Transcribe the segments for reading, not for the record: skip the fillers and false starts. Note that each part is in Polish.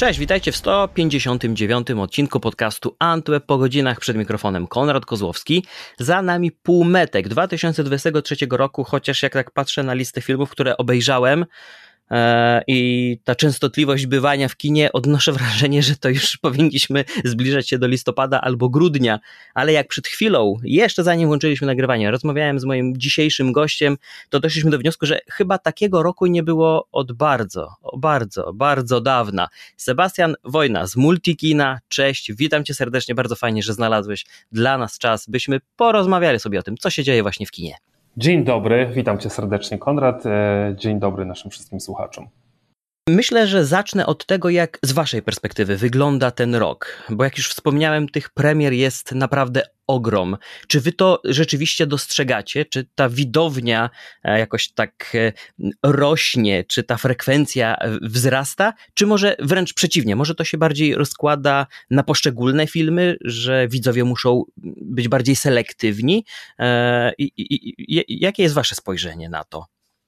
Cześć, witajcie w 159. odcinku podcastu Antweb po godzinach. Przed mikrofonem Konrad Kozłowski. Za nami półmetek 2023 roku, chociaż jak tak patrzę na listę filmów, które obejrzałem i ta częstotliwość bywania w kinie, odnoszę wrażenie, że to już powinniśmy zbliżać się do listopada albo grudnia, ale jak przed chwilą, jeszcze zanim włączyliśmy nagrywanie, rozmawiałem z moim dzisiejszym gościem, to doszliśmy do wniosku, że chyba takiego roku nie było od bardzo dawna. Sebastian Wojna z Multikina, cześć, witam cię serdecznie, bardzo fajnie, że znalazłeś dla nas czas, byśmy porozmawiali sobie o tym, co się dzieje właśnie w kinie. Dzień dobry, witam cię serdecznie, Konrad. Dzień dobry naszym wszystkim słuchaczom. Myślę, że zacznę od tego, jak z waszej perspektywy wygląda ten rok, bo jak już wspomniałem, tych premier jest naprawdę ogrom. Czy wy to rzeczywiście dostrzegacie? Czy ta widownia jakoś tak rośnie? Czy ta frekwencja wzrasta? Czy może wręcz przeciwnie? Może to się bardziej rozkłada na poszczególne filmy, że widzowie muszą być bardziej selektywni? Jakie jest wasze spojrzenie na to?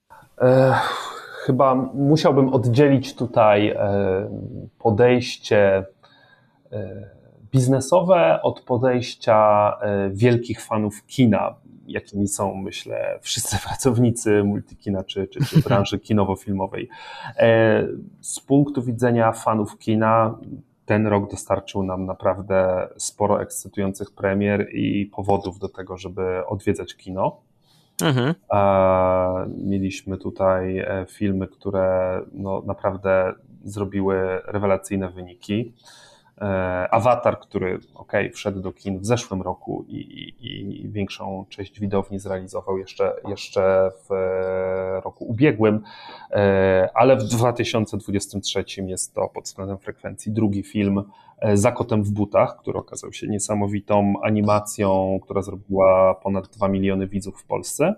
Chyba musiałbym oddzielić tutaj podejście biznesowe od podejścia wielkich fanów kina, jakimi są, myślę, wszyscy pracownicy Multikina czy branży kinowo-filmowej. Z punktu widzenia fanów kina ten rok dostarczył nam naprawdę sporo ekscytujących premier i powodów do tego, żeby odwiedzać kino. Mhm. Mieliśmy tutaj filmy, które naprawdę zrobiły rewelacyjne wyniki. Avatar, który wszedł do kin w zeszłym roku i większą część widowni zrealizował jeszcze w roku ubiegłym, ale w 2023 jest to pod względem frekwencji drugi film Za kotem w butach, który okazał się niesamowitą animacją, która zrobiła ponad 2 miliony widzów w Polsce.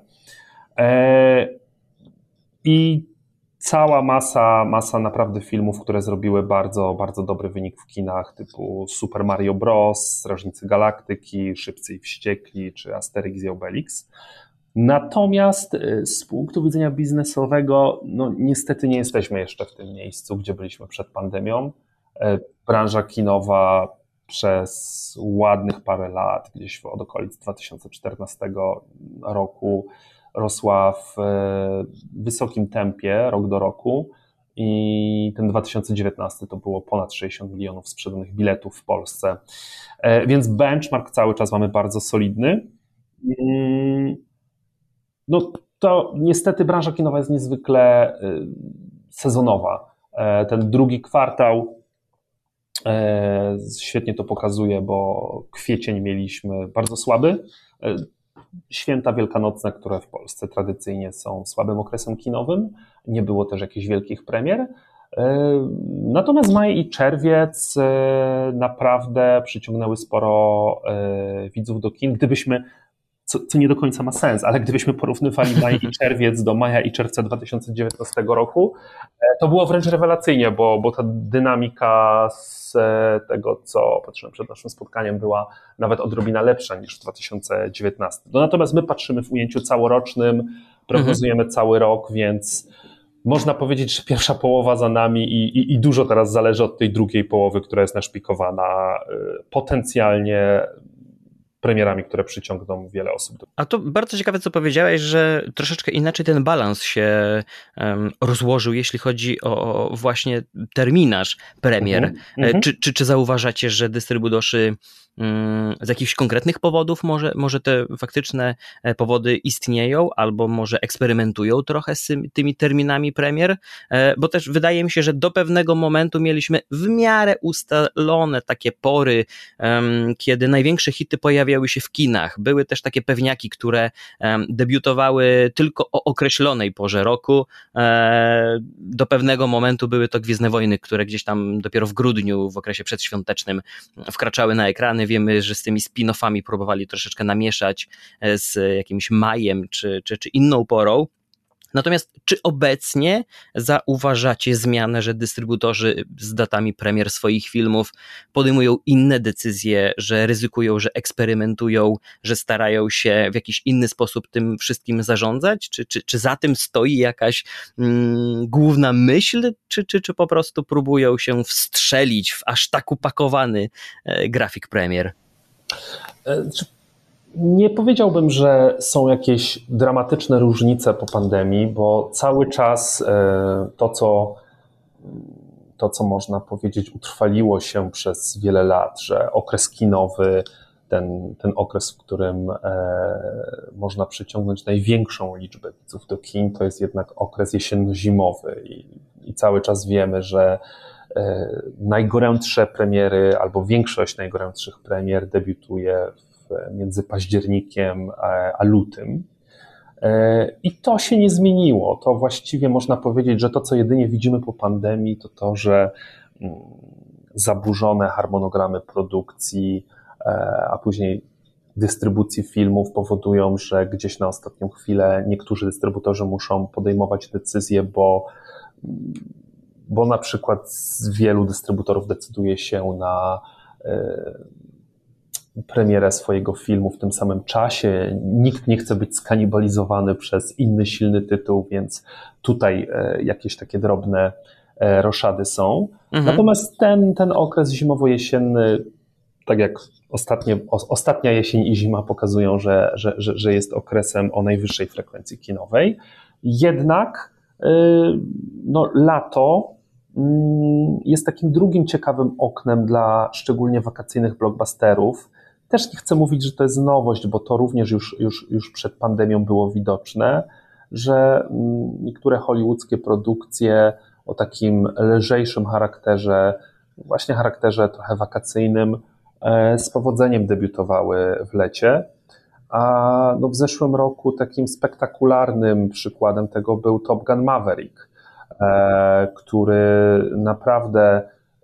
I cała masa naprawdę filmów, które zrobiły bardzo, bardzo dobry wynik w kinach, typu Super Mario Bros., Strażnicy Galaktyki, Szybcy i Wściekli, czy Asterix i Obelix. Natomiast z punktu widzenia biznesowego, niestety nie jesteśmy jeszcze w tym miejscu, gdzie byliśmy przed pandemią. Branża kinowa przez ładnych parę lat, gdzieś od okolic 2014 roku, rosła w wysokim tempie rok do roku i ten 2019 to było ponad 60 milionów sprzedanych biletów w Polsce, więc benchmark cały czas mamy bardzo solidny. To niestety branża kinowa jest niezwykle sezonowa. Ten drugi kwartał świetnie to pokazuje, bo kwiecień mieliśmy bardzo słaby. Święta wielkanocne, które w Polsce tradycyjnie są słabym okresem kinowym, nie było też jakichś wielkich premier. Natomiast maj i czerwiec naprawdę przyciągnęły sporo widzów do kin. Gdybyśmy, co nie do końca ma sens, ale gdybyśmy porównywali maj i czerwiec do maja i czerwca 2019 roku, to było wręcz rewelacyjnie, bo ta dynamika z tego, co patrzyłem przed naszym spotkaniem, była nawet odrobina lepsza niż w 2019. Natomiast my patrzymy w ujęciu całorocznym, prognozujemy cały rok, więc można powiedzieć, że pierwsza połowa za nami i dużo teraz zależy od tej drugiej połowy, która jest naszpikowana potencjalnie premierami, które przyciągną wiele osób. A to bardzo ciekawe, co powiedziałeś, że troszeczkę inaczej ten balans się rozłożył, jeśli chodzi o właśnie terminarz premier. Czy zauważacie, że dystrybutorzy z jakichś konkretnych powodów może te faktyczne powody istnieją, albo może eksperymentują trochę z tymi terminami premier, bo też wydaje mi się, że do pewnego momentu mieliśmy w miarę ustalone takie pory, kiedy największe hity pojawiały się w kinach. Były też takie pewniaki, które debiutowały tylko o określonej porze roku. Do pewnego momentu były to Gwiezdne Wojny, które gdzieś tam dopiero w grudniu, w okresie przedświątecznym wkraczały na ekrany. Wiemy, że z tymi spin-offami próbowali troszeczkę namieszać z jakimś majem czy inną porą. Natomiast czy obecnie zauważacie zmianę, że dystrybutorzy z datami premier swoich filmów podejmują inne decyzje, że ryzykują, że eksperymentują, że starają się w jakiś inny sposób tym wszystkim zarządzać? Czy za tym stoi jakaś główna myśl, czy po prostu próbują się wstrzelić w aż tak upakowany grafik premier? Nie powiedziałbym, że są jakieś dramatyczne różnice po pandemii, bo cały czas to, co można powiedzieć, utrwaliło się przez wiele lat, że okres kinowy, ten okres, w którym można przyciągnąć największą liczbę widzów do kin, to jest jednak okres jesienno-zimowy i cały czas wiemy, że najgorętsze premiery albo większość najgorętszych premier debiutuje między październikiem a lutym. I to się nie zmieniło. To właściwie można powiedzieć, że to, co jedynie widzimy po pandemii, to, że zaburzone harmonogramy produkcji, a później dystrybucji filmów powodują, że gdzieś na ostatnią chwilę niektórzy dystrybutorzy muszą podejmować decyzje, bo na przykład wielu dystrybutorów decyduje się na premierę swojego filmu w tym samym czasie. Nikt nie chce być skanibalizowany przez inny silny tytuł, więc tutaj jakieś takie drobne roszady są. Natomiast ten okres zimowo-jesienny, tak jak ostatnia jesień i zima pokazują, że jest okresem o najwyższej frekwencji kinowej. Jednak lato jest takim drugim ciekawym oknem dla szczególnie wakacyjnych blockbusterów. Też nie chcę mówić, że to jest nowość, bo to również już przed pandemią było widoczne, że niektóre hollywoodzkie produkcje o takim lżejszym charakterze, właśnie charakterze trochę wakacyjnym, z powodzeniem debiutowały w lecie. A w zeszłym roku takim spektakularnym przykładem tego był Top Gun Maverick, który naprawdę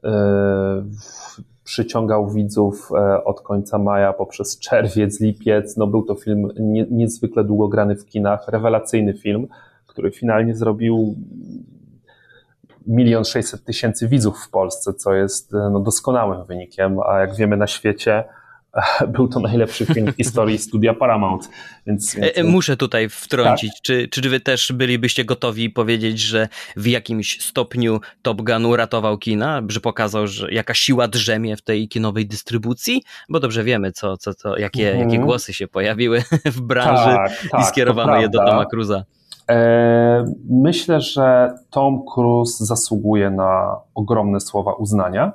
przyciągał widzów od końca maja poprzez czerwiec, lipiec. Był to film niezwykle długo grany w kinach, rewelacyjny film, który finalnie zrobił 1 600 000 widzów w Polsce, co jest doskonałym wynikiem, a jak wiemy na świecie był to najlepszy film w historii studia Paramount. Więc... Muszę tutaj wtrącić, tak? Czy wy też bylibyście gotowi powiedzieć, że w jakimś stopniu Top Gun uratował kina, że pokazał, że jaka siła drzemie w tej kinowej dystrybucji? Bo dobrze wiemy, jakie głosy się pojawiły w branży i skierowano je do Toma Cruise'a. Myślę, że Tom Cruise zasługuje na ogromne słowa uznania.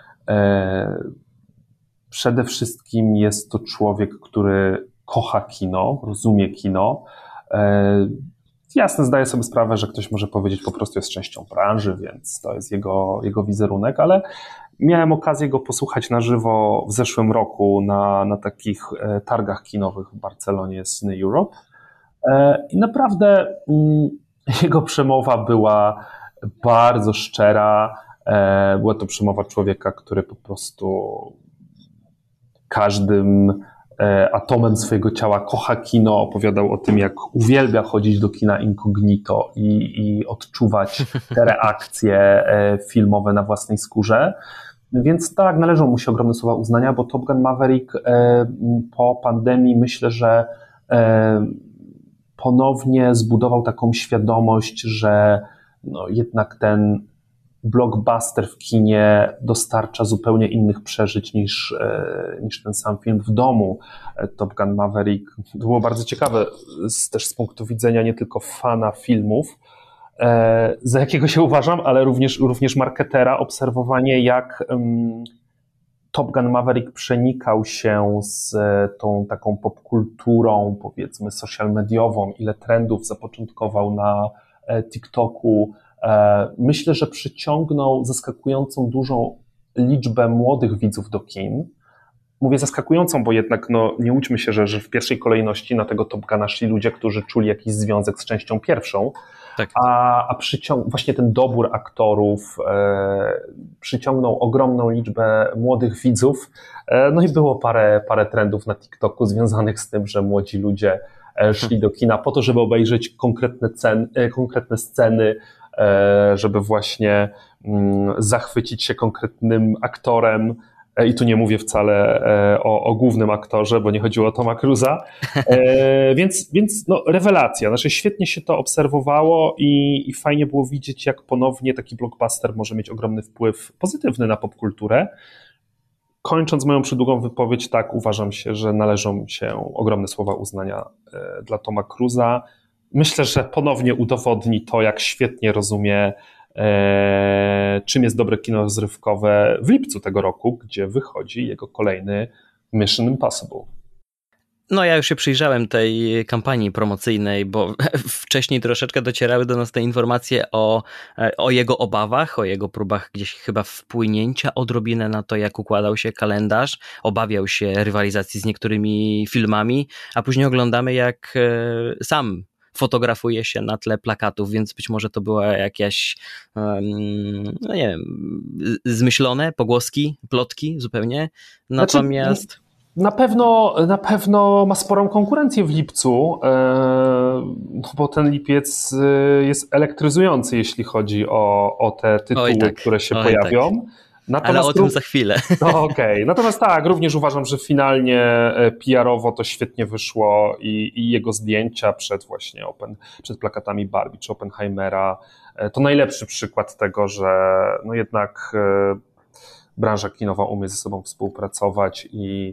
Przede wszystkim jest to człowiek, który kocha kino, rozumie kino. Jasne, zdaję sobie sprawę, że ktoś może powiedzieć, po prostu jest częścią branży, więc to jest jego wizerunek, ale miałem okazję go posłuchać na żywo w zeszłym roku na takich targach kinowych w Barcelonie, Cine Europe. I naprawdę jego przemowa była bardzo szczera. Była to przemowa człowieka, który po prostu każdym atomem swojego ciała kocha kino, opowiadał o tym, jak uwielbia chodzić do kina incognito i odczuwać te reakcje filmowe na własnej skórze. Więc tak, należą mu się ogromne słowa uznania, bo Top Gun Maverick po pandemii myślę, że ponownie zbudował taką świadomość, że jednak ten blockbuster w kinie dostarcza zupełnie innych przeżyć niż ten sam film w domu. Top Gun Maverick to było bardzo ciekawe też z punktu widzenia nie tylko fana filmów, za jakiego się uważam, ale również marketera, obserwowanie jak Top Gun Maverick przenikał się z tą taką popkulturą, powiedzmy social mediową, ile trendów zapoczątkował na TikToku. Myślę, że przyciągnął zaskakującą dużą liczbę młodych widzów do kin. Mówię zaskakującą, bo jednak nie łudźmy się, że w pierwszej kolejności na tego Top Guna szli ludzie, którzy czuli jakiś związek z częścią pierwszą, tak. A właśnie ten dobór aktorów przyciągnął ogromną liczbę młodych widzów. I było parę trendów na TikToku związanych z tym, że młodzi ludzie szli do kina po to, żeby obejrzeć konkretne sceny, żeby właśnie zachwycić się konkretnym aktorem. I tu nie mówię wcale o głównym aktorze, bo nie chodziło o Toma Cruise'a. Więc no, rewelacja. Znaczy, świetnie się to obserwowało i fajnie było widzieć, jak ponownie taki blockbuster może mieć ogromny wpływ pozytywny na popkulturę. Kończąc moją przydługą wypowiedź, tak, uważam się, że należą się ogromne słowa uznania dla Toma Cruise'a. Myślę, że ponownie udowodni to, jak świetnie rozumie, czym jest dobre kino rozrywkowe w lipcu tego roku, gdzie wychodzi jego kolejny Mission Impossible. No ja już się przyjrzałem tej kampanii promocyjnej, bo wcześniej troszeczkę docierały do nas te informacje o jego obawach, o jego próbach gdzieś chyba wpłynięcia odrobinę na to, jak układał się kalendarz. Obawiał się rywalizacji z niektórymi filmami, a później oglądamy, jak sam fotografuje się na tle plakatów, więc być może to była jakaś, no nie wiem, zmyślone pogłoski, plotki zupełnie. Natomiast... Na pewno ma sporą konkurencję w lipcu, bo ten lipiec jest elektryzujący, jeśli chodzi o te tytuły, które się pojawią. Tak. Ale o tym za chwilę. No, okej. Natomiast tak, również uważam, że finalnie PR-owo to świetnie wyszło i jego zdjęcia przed plakatami Barbie czy Oppenheimera to najlepszy przykład tego, że no jednak branża kinowa umie ze sobą współpracować i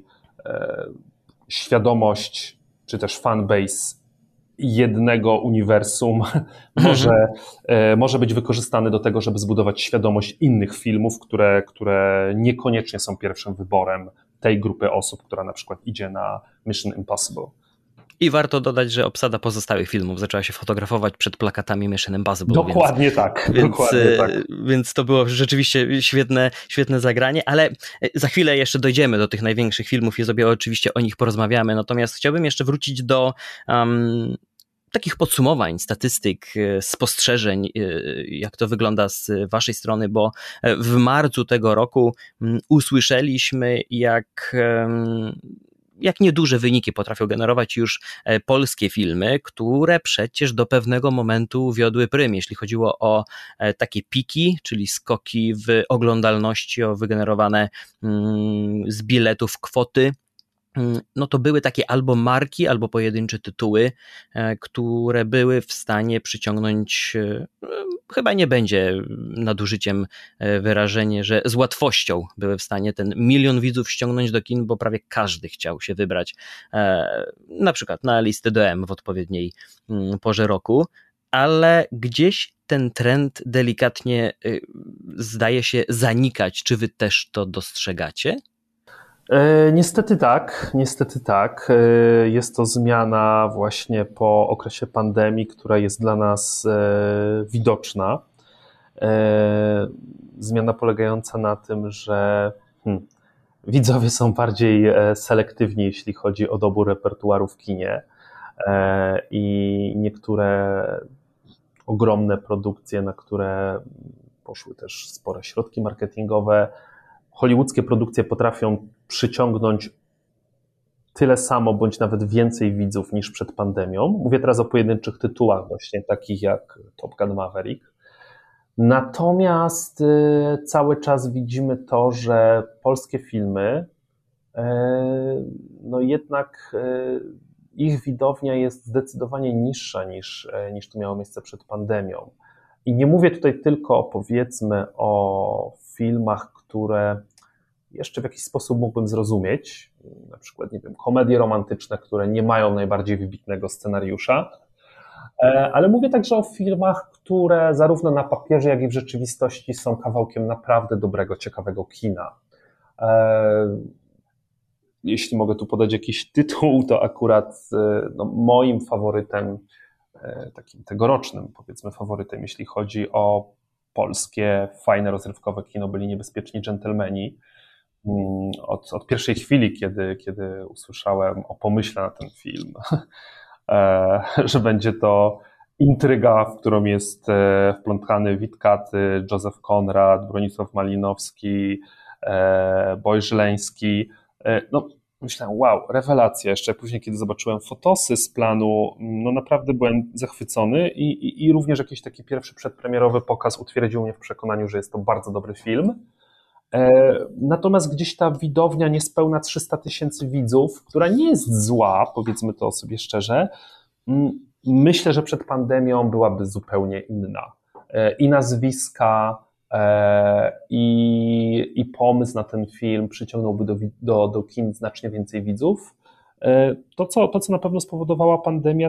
świadomość czy też fanbase jednego uniwersum może być wykorzystany do tego, żeby zbudować świadomość innych filmów, które niekoniecznie są pierwszym wyborem tej grupy osób, która na przykład idzie na Mission Impossible. I warto dodać, że obsada pozostałych filmów zaczęła się fotografować przed plakatami Mission Impossible. Dokładnie tak. Więc to było rzeczywiście świetne zagranie, ale za chwilę jeszcze dojdziemy do tych największych filmów i sobie oczywiście o nich porozmawiamy. Natomiast chciałbym jeszcze wrócić do takich podsumowań, statystyk, spostrzeżeń, jak to wygląda z waszej strony, bo w marcu tego roku usłyszeliśmy, jak nieduże wyniki potrafią generować już polskie filmy, które przecież do pewnego momentu wiodły prym, jeśli chodziło o takie piki, czyli skoki w oglądalności, o wygenerowane z biletów kwoty. No to były takie albo marki, albo pojedyncze tytuły, które były w stanie przyciągnąć, chyba nie będzie nadużyciem wyrażenie, że z łatwością były w stanie ten 1 milion widzów ściągnąć do kin, bo prawie każdy chciał się wybrać na przykład na listy do M w odpowiedniej porze roku, ale gdzieś ten trend delikatnie zdaje się zanikać. Czy wy też to dostrzegacie? Niestety tak. Jest to zmiana właśnie po okresie pandemii, która jest dla nas widoczna. Zmiana polegająca na tym, że widzowie są bardziej selektywni, jeśli chodzi o dobór repertuaru w kinie i niektóre ogromne produkcje, na które poszły też spore środki marketingowe, hollywoodzkie produkcje potrafią przyciągnąć tyle samo, bądź nawet więcej widzów niż przed pandemią. Mówię teraz o pojedynczych tytułach właśnie takich jak Top Gun Maverick. Natomiast cały czas widzimy to, że polskie filmy, no jednak ich widownia jest zdecydowanie niższa niż to miało miejsce przed pandemią. I nie mówię tutaj tylko, powiedzmy, o filmach, które jeszcze w jakiś sposób mógłbym zrozumieć, na przykład, nie wiem, komedie romantyczne, które nie mają najbardziej wybitnego scenariusza, ale mówię także o filmach, które zarówno na papierze, jak i w rzeczywistości są kawałkiem naprawdę dobrego, ciekawego kina. Jeśli mogę tu podać jakiś tytuł, to akurat moim faworytem, takim tegorocznym, powiedzmy, faworytem, jeśli chodzi o polskie, fajne, rozrywkowe kino, byli Niebezpieczni Dżentelmeni. Od pierwszej chwili, kiedy usłyszałem o pomyśle na ten film, że będzie to intryga, w którą jest wplątany Witkaty, Józef Konrad, Bronisław Malinowski, Boj Żeleński. No, myślałem, wow, rewelacja. Jeszcze później, kiedy zobaczyłem fotosy z planu, no naprawdę byłem zachwycony i również jakiś taki pierwszy przedpremierowy pokaz utwierdził mnie w przekonaniu, że jest to bardzo dobry film. Natomiast gdzieś ta widownia niespełna 300 000 widzów, która nie jest zła, powiedzmy to sobie szczerze, myślę, że przed pandemią byłaby zupełnie inna. I nazwiska, i pomysł na ten film przyciągnąłby do kin znacznie więcej widzów. To, co na pewno spowodowała pandemia,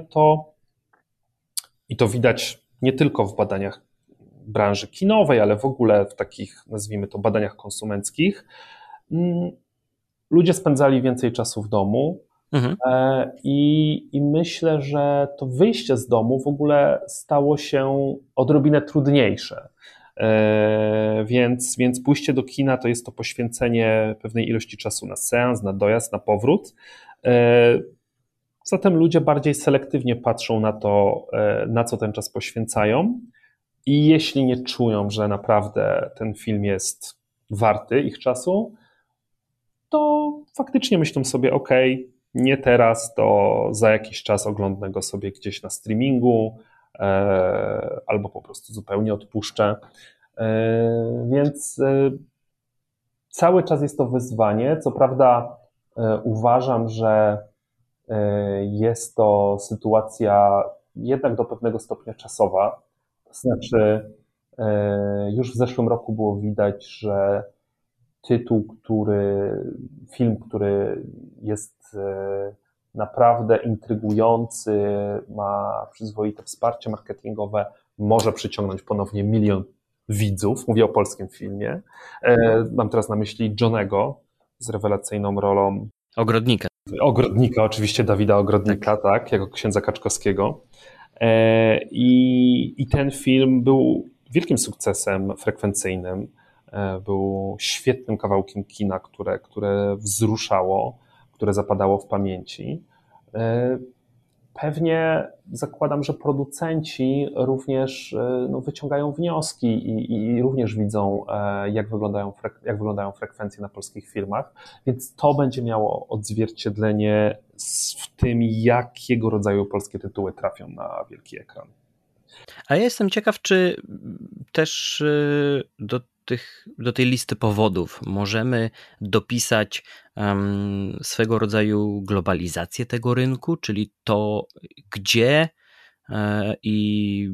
i to widać nie tylko w badaniach branży kinowej, ale w ogóle w takich, nazwijmy to, badaniach konsumenckich, ludzie spędzali więcej czasu w domu. I myślę, że to wyjście z domu w ogóle stało się odrobinę trudniejsze. Więc pójście do kina to jest to poświęcenie pewnej ilości czasu na seans, na dojazd, na powrót. Zatem ludzie bardziej selektywnie patrzą na to, na co ten czas poświęcają. I jeśli nie czują, że naprawdę ten film jest warty ich czasu, to faktycznie myślą sobie, okej, nie teraz, to za jakiś czas oglądnę go sobie gdzieś na streamingu, albo po prostu zupełnie odpuszczę. Więc cały czas jest to wyzwanie. Co prawda uważam, że jest to sytuacja jednak do pewnego stopnia czasowa. To znaczy już w zeszłym roku było widać, że film, który jest naprawdę intrygujący, ma przyzwoite wsparcie marketingowe, może przyciągnąć ponownie 1 000 000 widzów. Mówię o polskim filmie. Mam teraz na myśli Johnego z rewelacyjną rolą Ogrodnika, oczywiście Dawida Ogrodnika, tak, jako księdza Kaczkowskiego. I ten film był wielkim sukcesem frekwencyjnym. Był świetnym kawałkiem kina, które wzruszało, które zapadało w pamięci. Pewnie zakładam, że producenci również wyciągają wnioski i również widzą, jak wyglądają frekwencje na polskich filmach, więc to będzie miało odzwierciedlenie w tym, jakiego rodzaju polskie tytuły trafią na wielki ekran. A ja jestem ciekaw, czy też do tej listy powodów możemy dopisać swego rodzaju globalizację tego rynku, czyli to, gdzie i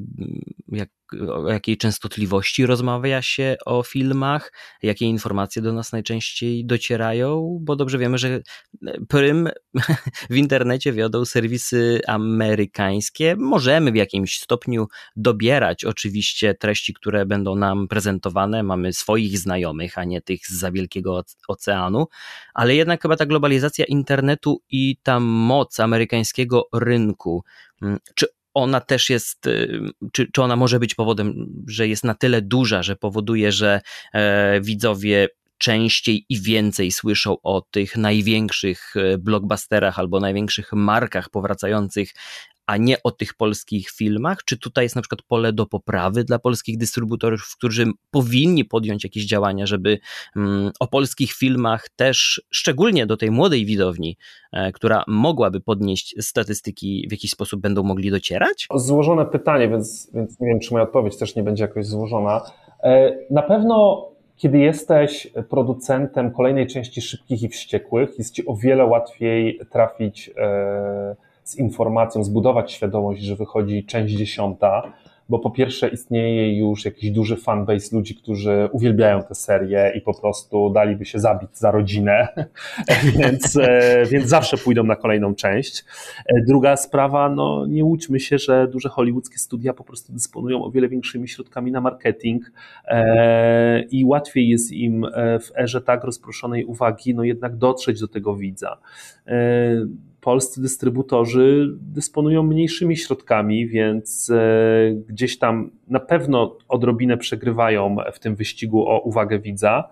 o jakiej częstotliwości rozmawia się o filmach, jakie informacje do nas najczęściej docierają, bo dobrze wiemy, że prym w internecie wiodą serwisy amerykańskie. Możemy w jakimś stopniu dobierać oczywiście treści, które będą nam prezentowane. Mamy swoich znajomych, a nie tych zza wielkiego oceanu, ale jednak chyba ta globalizacja internetu i ta moc amerykańskiego rynku, czy ona też jest, czy ona może być powodem, że jest na tyle duża, że powoduje, że widzowie częściej i więcej słyszą o tych największych blockbusterach albo największych markach powracających, a nie o tych polskich filmach? Czy tutaj jest na przykład pole do poprawy dla polskich dystrybutorów, którzy powinni podjąć jakieś działania, żeby o polskich filmach też, szczególnie do tej młodej widowni, która mogłaby podnieść statystyki, w jakiś sposób będą mogli docierać? Złożone pytanie, więc nie wiem, czy moja odpowiedź też nie będzie jakoś złożona. Na pewno, kiedy jesteś producentem kolejnej części Szybkich i Wściekłych, jest ci o wiele łatwiej trafić z informacją, zbudować świadomość, że wychodzi część 10, bo po pierwsze istnieje już jakiś duży fanbase ludzi, którzy uwielbiają tę serię i po prostu daliby się zabić za rodzinę, więc zawsze pójdą na kolejną część. Druga sprawa, no nie łudźmy się, że duże hollywoodzkie studia po prostu dysponują o wiele większymi środkami na marketing i łatwiej jest im w erze tak rozproszonej uwagi, no jednak dotrzeć do tego widza. Polscy dystrybutorzy dysponują mniejszymi środkami, więc gdzieś tam na pewno odrobinę przegrywają w tym wyścigu o uwagę widza.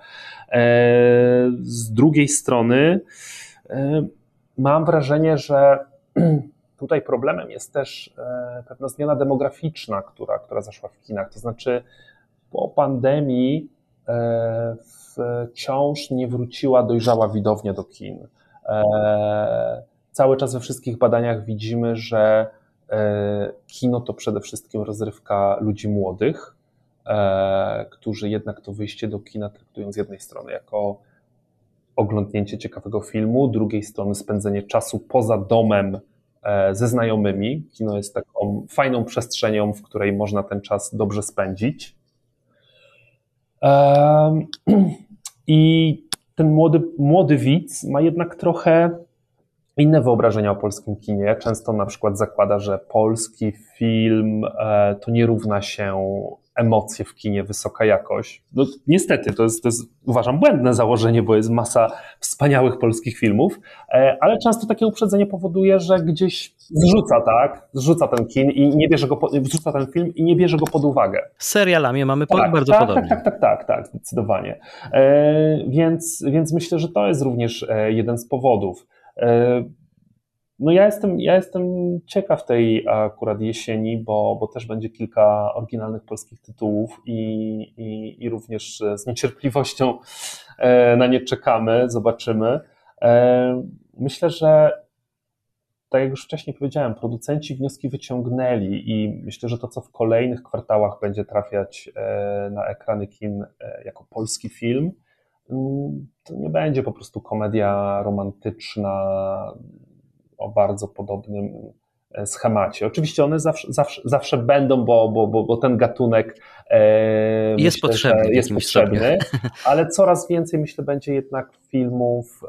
Z drugiej strony mam wrażenie, że tutaj problemem jest też pewna zmiana demograficzna, która zaszła w kinach. To znaczy po pandemii wciąż nie wróciła dojrzała widownia do kin. Cały czas we wszystkich badaniach widzimy, że kino to przede wszystkim rozrywka ludzi młodych, którzy jednak to wyjście do kina traktują z jednej strony jako oglądnięcie ciekawego filmu, drugiej strony spędzenie czasu poza domem ze znajomymi. Kino jest taką fajną przestrzenią, w której można ten czas dobrze spędzić. I ten młody widz ma jednak trochę inne wyobrażenia o polskim kinie. Często na przykład zakłada, że polski film to nie równa się emocje w kinie, wysoka jakość. No, niestety, to jest uważam błędne założenie, bo jest masa wspaniałych polskich filmów, ale często takie uprzedzenie powoduje, że gdzieś zrzuca ten kin i nie bierze go, wrzuca ten film i nie bierze go pod uwagę. Z serialami mamy bardzo podobnie. Tak, zdecydowanie. Więc myślę, że to jest również jeden z powodów. No ja jestem ciekaw tej akurat jesieni, bo też będzie kilka oryginalnych polskich tytułów i również z niecierpliwością na nie czekamy, zobaczymy. Myślę, że tak jak już wcześniej powiedziałem, producenci wnioski wyciągnęli i myślę, że to, co w kolejnych kwartałach będzie trafiać na ekrany kin jako polski film, to nie będzie po prostu komedia romantyczna o bardzo podobnym schemacie. Oczywiście one zawsze będą, bo ten gatunek jest potrzebny, ale coraz więcej, myślę, będzie jednak filmów,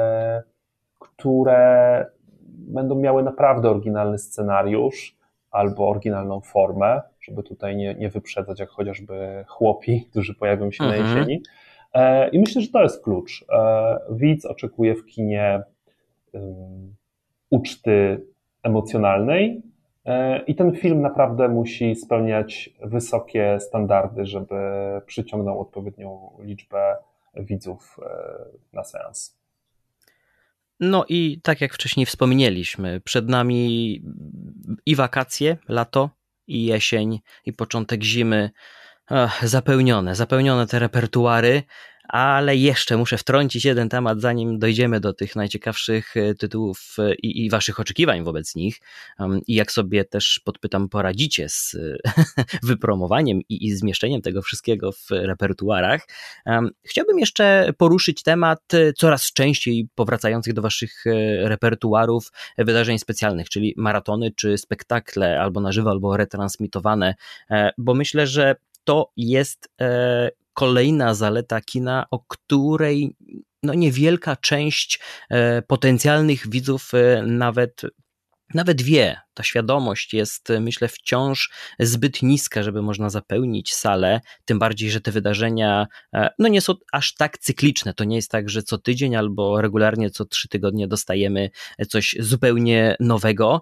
które będą miały naprawdę oryginalny scenariusz albo oryginalną formę, żeby tutaj nie wyprzedzać jak chociażby Chłopi, którzy pojawią się na jesieni. I myślę, że to jest klucz. Widz oczekuje w kinie uczty emocjonalnej i ten film naprawdę musi spełniać wysokie standardy, żeby przyciągnął odpowiednią liczbę widzów na seans. No i tak jak wcześniej wspomnieliśmy, przed nami i wakacje, lato, i jesień, i początek zimy. Zapełnione te repertuary, ale jeszcze muszę wtrącić jeden temat, zanim dojdziemy do tych najciekawszych tytułów i waszych oczekiwań wobec nich i jak sobie też podpytam poradzicie z wypromowaniem i zmieszczeniem tego wszystkiego w repertuarach. Chciałbym jeszcze poruszyć temat coraz częściej powracających do waszych repertuarów wydarzeń specjalnych, czyli maratony czy spektakle albo na żywo, albo retransmitowane, bo myślę, że to jest kolejna zaleta kina, o której niewielka część potencjalnych widzów nawet wie. Ta świadomość jest, myślę, wciąż zbyt niska, żeby można zapełnić salę, tym bardziej, że te wydarzenia nie są aż tak cykliczne. To nie jest tak, że co tydzień albo regularnie co 3 tygodnie dostajemy coś zupełnie nowego.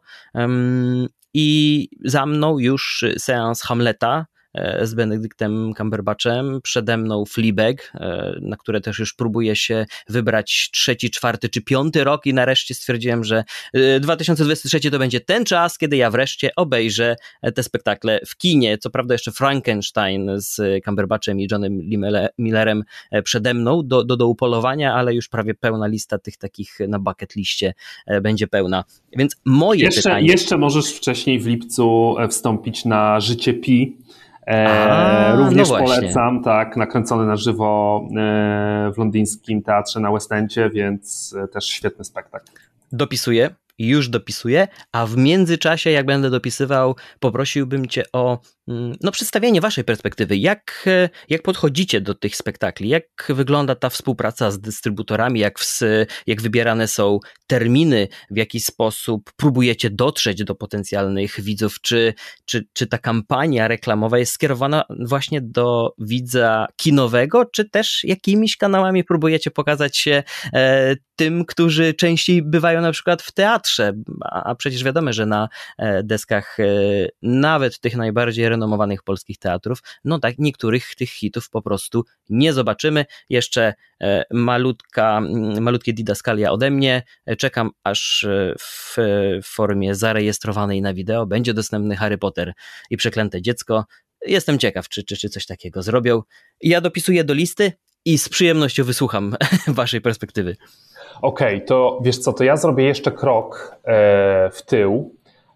I za mną już seans Hamleta z Benedictem Cumberbatchem, przede mną Fleabag, na które też już próbuję się wybrać 3., 4. czy 5. rok i nareszcie stwierdziłem, że 2023 to będzie ten czas, kiedy ja wreszcie obejrzę te spektakle w kinie. Co prawda jeszcze Frankenstein z Cumberbatchem i Johnem Millerem przede mną do upolowania, ale już prawie pełna lista tych takich na bucket liście będzie pełna. Więc moje pytanie... Jeszcze możesz wcześniej w lipcu wstąpić na Życie Pi. Również polecam, tak, nakręcony na żywo w londyńskim teatrze na West Endzie, więc też świetny spektakl. Już dopisuję, a w międzyczasie, jak będę dopisywał, poprosiłbym cię o przedstawienie waszej perspektywy. Jak podchodzicie do tych spektakli? Jak wygląda ta współpraca z dystrybutorami? Jak wybierane są terminy? W jaki sposób próbujecie dotrzeć do potencjalnych widzów? Czy ta kampania reklamowa jest skierowana właśnie do widza kinowego? Czy też jakimiś kanałami próbujecie pokazać się tym, którzy częściej bywają na przykład w teatrze? A przecież wiadomo, że na deskach nawet tych najbardziej renomowanych polskich teatrów, niektórych tych hitów po prostu nie zobaczymy. Jeszcze malutkie didaskalia ode mnie. Czekam, aż w formie zarejestrowanej na wideo będzie dostępny Harry Potter i Przeklęte dziecko. Jestem ciekaw, czy coś takiego zrobią. Ja dopisuję do listy i z przyjemnością wysłucham waszej perspektywy. Okej, to wiesz co, to ja zrobię jeszcze krok w tył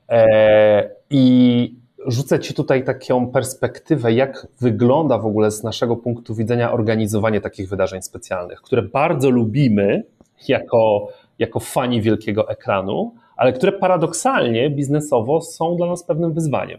i rzucę ci tutaj taką perspektywę, jak wygląda w ogóle z naszego punktu widzenia organizowanie takich wydarzeń specjalnych, które bardzo lubimy jako fani wielkiego ekranu, ale które paradoksalnie biznesowo są dla nas pewnym wyzwaniem.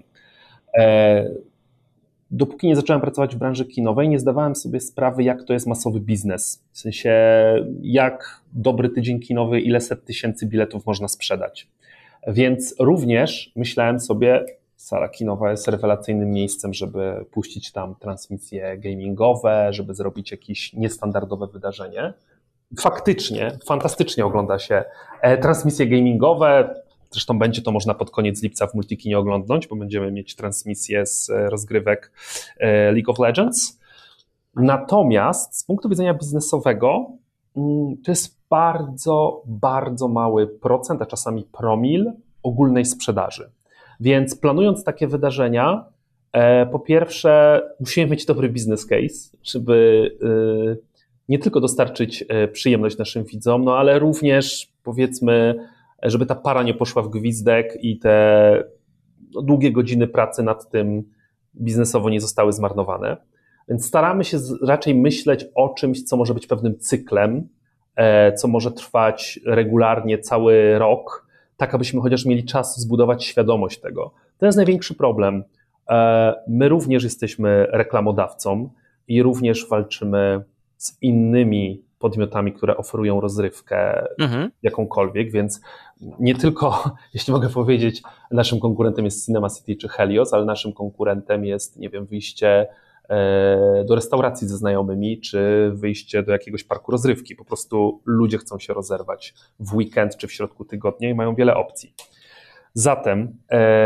Dopóki nie zacząłem pracować w branży kinowej, nie zdawałem sobie sprawy, jak to jest masowy biznes. W sensie, jak dobry tydzień kinowy, ile set tysięcy biletów można sprzedać. Więc również myślałem sobie, sala kinowa jest rewelacyjnym miejscem, żeby puścić tam transmisje gamingowe, żeby zrobić jakieś niestandardowe wydarzenie. Faktycznie, fantastycznie ogląda się transmisje gamingowe. Zresztą będzie to można pod koniec lipca w Multikinie oglądnąć, bo będziemy mieć transmisję z rozgrywek League of Legends. Natomiast z punktu widzenia biznesowego to jest bardzo, bardzo mały procent, a czasami promil ogólnej sprzedaży. Więc planując takie wydarzenia, po pierwsze musimy mieć dobry business case, żeby nie tylko dostarczyć przyjemność naszym widzom, no ale również powiedzmy, żeby ta para nie poszła w gwizdek i te długie godziny pracy nad tym biznesowo nie zostały zmarnowane. Więc staramy się raczej myśleć o czymś, co może być pewnym cyklem, co może trwać regularnie cały rok, tak abyśmy chociaż mieli czas zbudować świadomość tego. To jest największy problem. My również jesteśmy reklamodawcą i również walczymy z innymi podmiotami, które oferują rozrywkę jakąkolwiek, więc nie tylko, jeśli mogę powiedzieć, naszym konkurentem jest Cinema City czy Helios, ale naszym konkurentem jest, nie wiem, wyjście do restauracji ze znajomymi, czy wyjście do jakiegoś parku rozrywki. Po prostu ludzie chcą się rozerwać w weekend czy w środku tygodnia i mają wiele opcji. Zatem,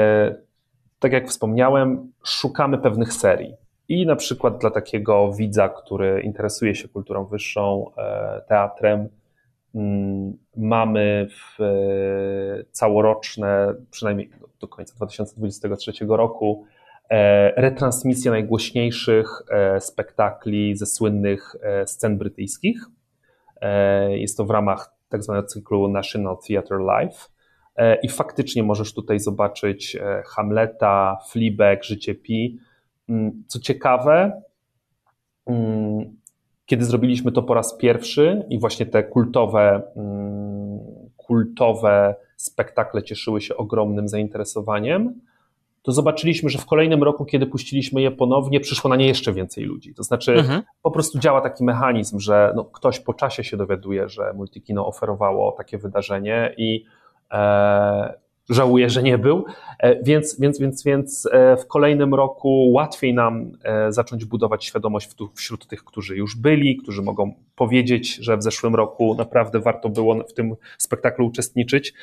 tak jak wspomniałem, szukamy pewnych serii. I na przykład dla takiego widza, który interesuje się kulturą wyższą, teatrem, mamy całoroczne, przynajmniej do końca 2023 roku, retransmisję najgłośniejszych spektakli ze słynnych scen brytyjskich. Jest to w ramach tak zwanego cyklu National Theatre Live. I faktycznie możesz tutaj zobaczyć Hamleta, Fleabag, Życie Pi. Co ciekawe, kiedy zrobiliśmy to po raz pierwszy i właśnie te kultowe spektakle cieszyły się ogromnym zainteresowaniem, to zobaczyliśmy, że w kolejnym roku, kiedy puściliśmy je ponownie, przyszło na nie jeszcze więcej ludzi. To znaczy po prostu działa taki mechanizm, że no, ktoś po czasie się dowiaduje, że Multikino oferowało takie wydarzenie i żałuję, że nie był, więc w kolejnym roku łatwiej nam zacząć budować świadomość wśród tych, którzy już byli, którzy mogą powiedzieć, że w zeszłym roku naprawdę warto było w tym spektaklu uczestniczyć.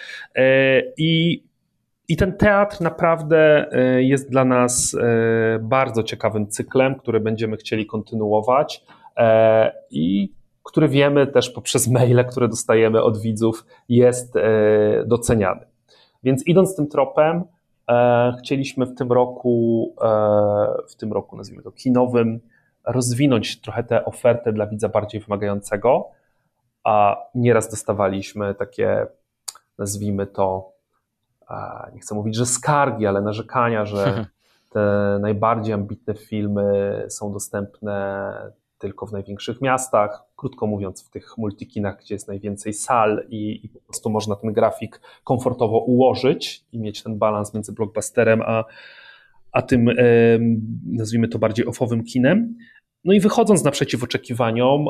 I ten teatr naprawdę jest dla nas bardzo ciekawym cyklem, który będziemy chcieli kontynuować i który wiemy też poprzez maile, które dostajemy od widzów, jest doceniany. Więc idąc tym tropem, chcieliśmy w tym roku nazwijmy to kinowym, rozwinąć trochę tę ofertę dla widza bardziej wymagającego, a nieraz dostawaliśmy takie, nazwijmy to, nie chcę mówić, że skargi, ale narzekania, że te najbardziej ambitne filmy są dostępne tylko w największych miastach, krótko mówiąc w tych multikinach, gdzie jest najwięcej sal i po prostu można ten grafik komfortowo ułożyć i mieć ten balans między blockbusterem a tym, nazwijmy to bardziej offowym kinem. No i wychodząc naprzeciw oczekiwaniom,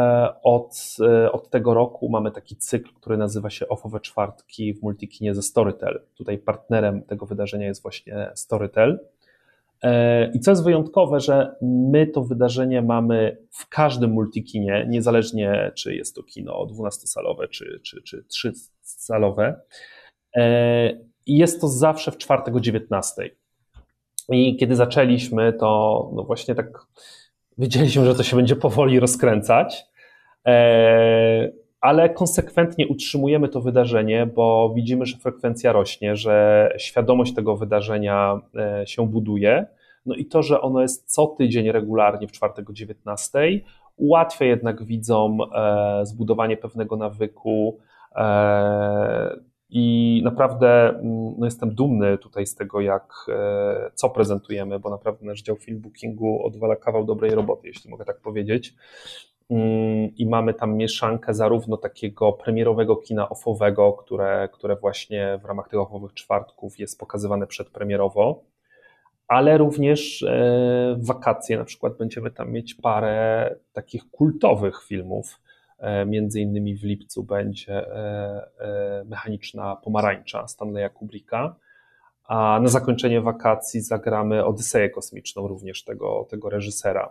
od tego roku mamy taki cykl, który nazywa się Offowe Czwartki w Multikinie ze Storytel. Tutaj partnerem tego wydarzenia jest właśnie Storytel. I co jest wyjątkowe, że my to wydarzenie mamy w każdym multikinie, niezależnie czy jest to kino 12-salowe czy 3-salowe. I jest to zawsze w czwartek o 19:00. I kiedy zaczęliśmy, to no właśnie tak wiedzieliśmy, że to się będzie powoli rozkręcać, ale konsekwentnie utrzymujemy to wydarzenie, bo widzimy, że frekwencja rośnie, że świadomość tego wydarzenia się buduje. No i to, że ono jest co tydzień regularnie w czwartek o 19:00, ułatwia jednak widzom zbudowanie pewnego nawyku i naprawdę jestem dumny tutaj z tego, co prezentujemy, bo naprawdę nasz dział filmbookingu odwala kawał dobrej roboty, jeśli mogę tak powiedzieć. I mamy tam mieszankę zarówno takiego premierowego kina offowego, które właśnie w ramach tych offowych czwartków jest pokazywane przedpremierowo, ale również w wakacje na przykład będziemy tam mieć parę takich kultowych filmów. Między innymi w lipcu będzie Mechaniczna pomarańcza Stanleya Kubricka, a na zakończenie wakacji zagramy Odyseję kosmiczną również tego reżysera.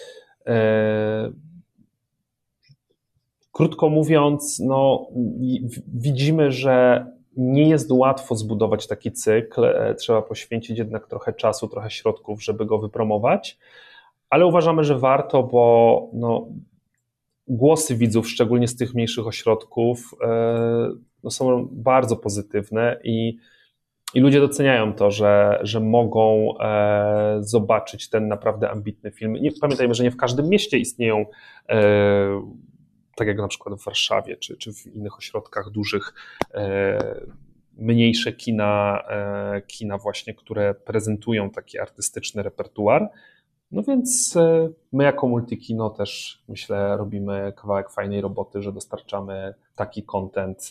Krótko mówiąc, widzimy, że nie jest łatwo zbudować taki cykl, trzeba poświęcić jednak trochę czasu, trochę środków, żeby go wypromować, ale uważamy, że warto, bo głosy widzów, szczególnie z tych mniejszych ośrodków, są bardzo pozytywne i ludzie doceniają to, że mogą zobaczyć ten naprawdę ambitny film. Pamiętajmy, że nie w każdym mieście istnieją, tak jak na przykład w Warszawie czy w innych ośrodkach dużych, mniejsze kina właśnie, które prezentują taki artystyczny repertuar. No więc my jako Multikino też, myślę, robimy kawałek fajnej roboty, że dostarczamy taki content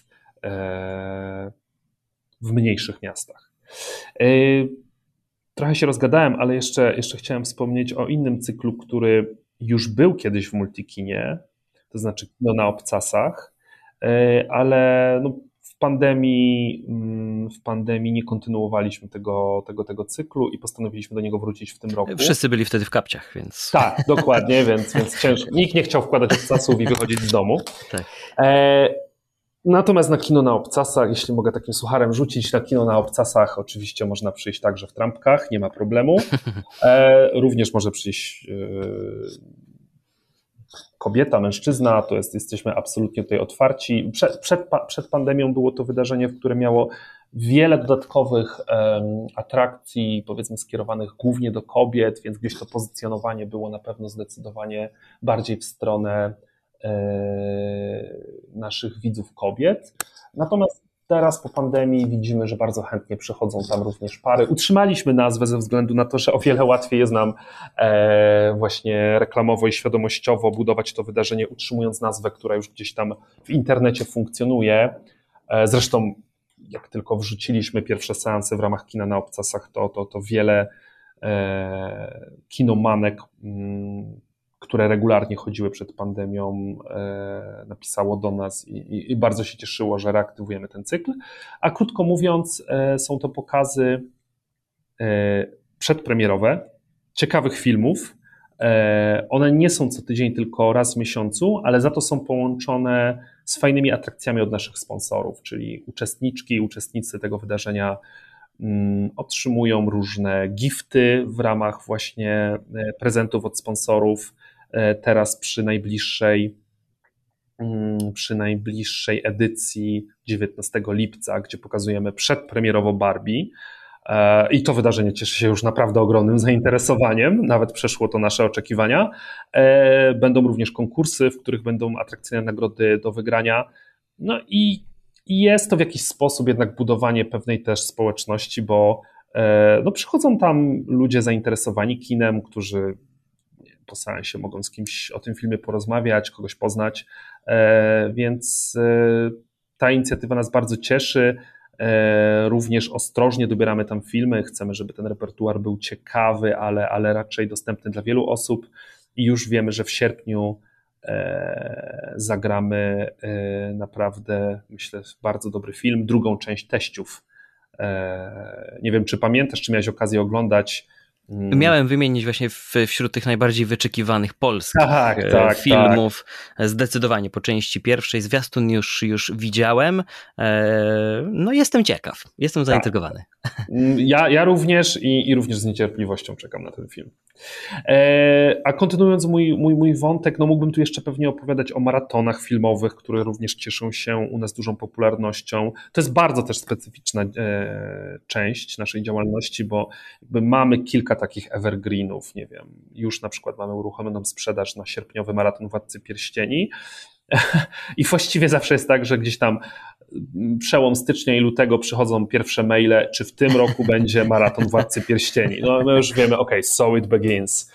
w mniejszych miastach. Trochę się rozgadałem, ale jeszcze chciałem wspomnieć o innym cyklu, który już był kiedyś w Multikinie, to znaczy Kino na obcasach, ale w pandemii nie kontynuowaliśmy tego cyklu i postanowiliśmy do niego wrócić w tym roku. Wszyscy byli wtedy w kapciach, więc... Tak, dokładnie, więc ciężko. Nikt nie chciał wkładać obcasów i wychodzić z domu. Tak. Natomiast na Kino na obcasach, jeśli mogę takim sucharem rzucić, na Kino na obcasach oczywiście można przyjść także w trampkach, nie ma problemu. Również może przyjść kobieta, mężczyzna, jesteśmy absolutnie tutaj otwarci. Przed pandemią było to wydarzenie, które miało wiele dodatkowych atrakcji, powiedzmy skierowanych głównie do kobiet, więc gdzieś to pozycjonowanie było na pewno zdecydowanie bardziej w stronę naszych widzów kobiet. Natomiast teraz po pandemii widzimy, że bardzo chętnie przychodzą tam również pary. Utrzymaliśmy nazwę ze względu na to, że o wiele łatwiej jest nam właśnie reklamowo i świadomościowo budować to wydarzenie, utrzymując nazwę, która już gdzieś tam w internecie funkcjonuje. Zresztą jak tylko wrzuciliśmy pierwsze seanse w ramach Kina na obcasach, to wiele kinomanek, które regularnie chodziły przed pandemią, napisało do nas i bardzo się cieszyło, że reaktywujemy ten cykl. A krótko mówiąc, są to pokazy przedpremierowe, ciekawych filmów. One nie są co tydzień, tylko raz w miesiącu, ale za to są połączone z fajnymi atrakcjami od naszych sponsorów, czyli uczestniczki i uczestnicy tego wydarzenia otrzymują różne gifty w ramach właśnie prezentów od sponsorów. Teraz przy najbliższej edycji 19 lipca, gdzie pokazujemy przedpremierowo Barbie, i to wydarzenie cieszy się już naprawdę ogromnym zainteresowaniem, nawet przeszło to nasze oczekiwania. Będą również konkursy, w których będą atrakcyjne nagrody do wygrania. No i jest to w jakiś sposób jednak budowanie pewnej też społeczności, bo przychodzą tam ludzie zainteresowani kinem, którzy po seansie mogą z kimś o tym filmie porozmawiać, kogoś poznać, więc ta inicjatywa nas bardzo cieszy. Również ostrożnie dobieramy tam filmy, chcemy, żeby ten repertuar był ciekawy, ale raczej dostępny dla wielu osób i już wiemy, że w sierpniu zagramy naprawdę, myślę, bardzo dobry film, drugą część Teściów. Nie wiem, czy pamiętasz, czy miałeś okazję oglądać. Miałem wymienić właśnie wśród tych najbardziej wyczekiwanych polskich filmów. Tak. Zdecydowanie po części pierwszej. Zwiastun już widziałem. No jestem ciekaw. Jestem zaintrygowany. Ja również i również z niecierpliwością czekam na ten film. A kontynuując mój wątek, no mógłbym tu jeszcze pewnie opowiadać o maratonach filmowych, które również cieszą się u nas dużą popularnością. To jest bardzo też specyficzna część naszej działalności, bo jakby mamy kilka takich evergreenów, nie wiem, już na przykład mamy uruchomioną sprzedaż na sierpniowy maraton Władcy Pierścieni i właściwie zawsze jest tak, że gdzieś tam przełom stycznia i lutego przychodzą pierwsze maile, czy w tym roku będzie maraton Władcy Pierścieni. No my już wiemy, so it begins.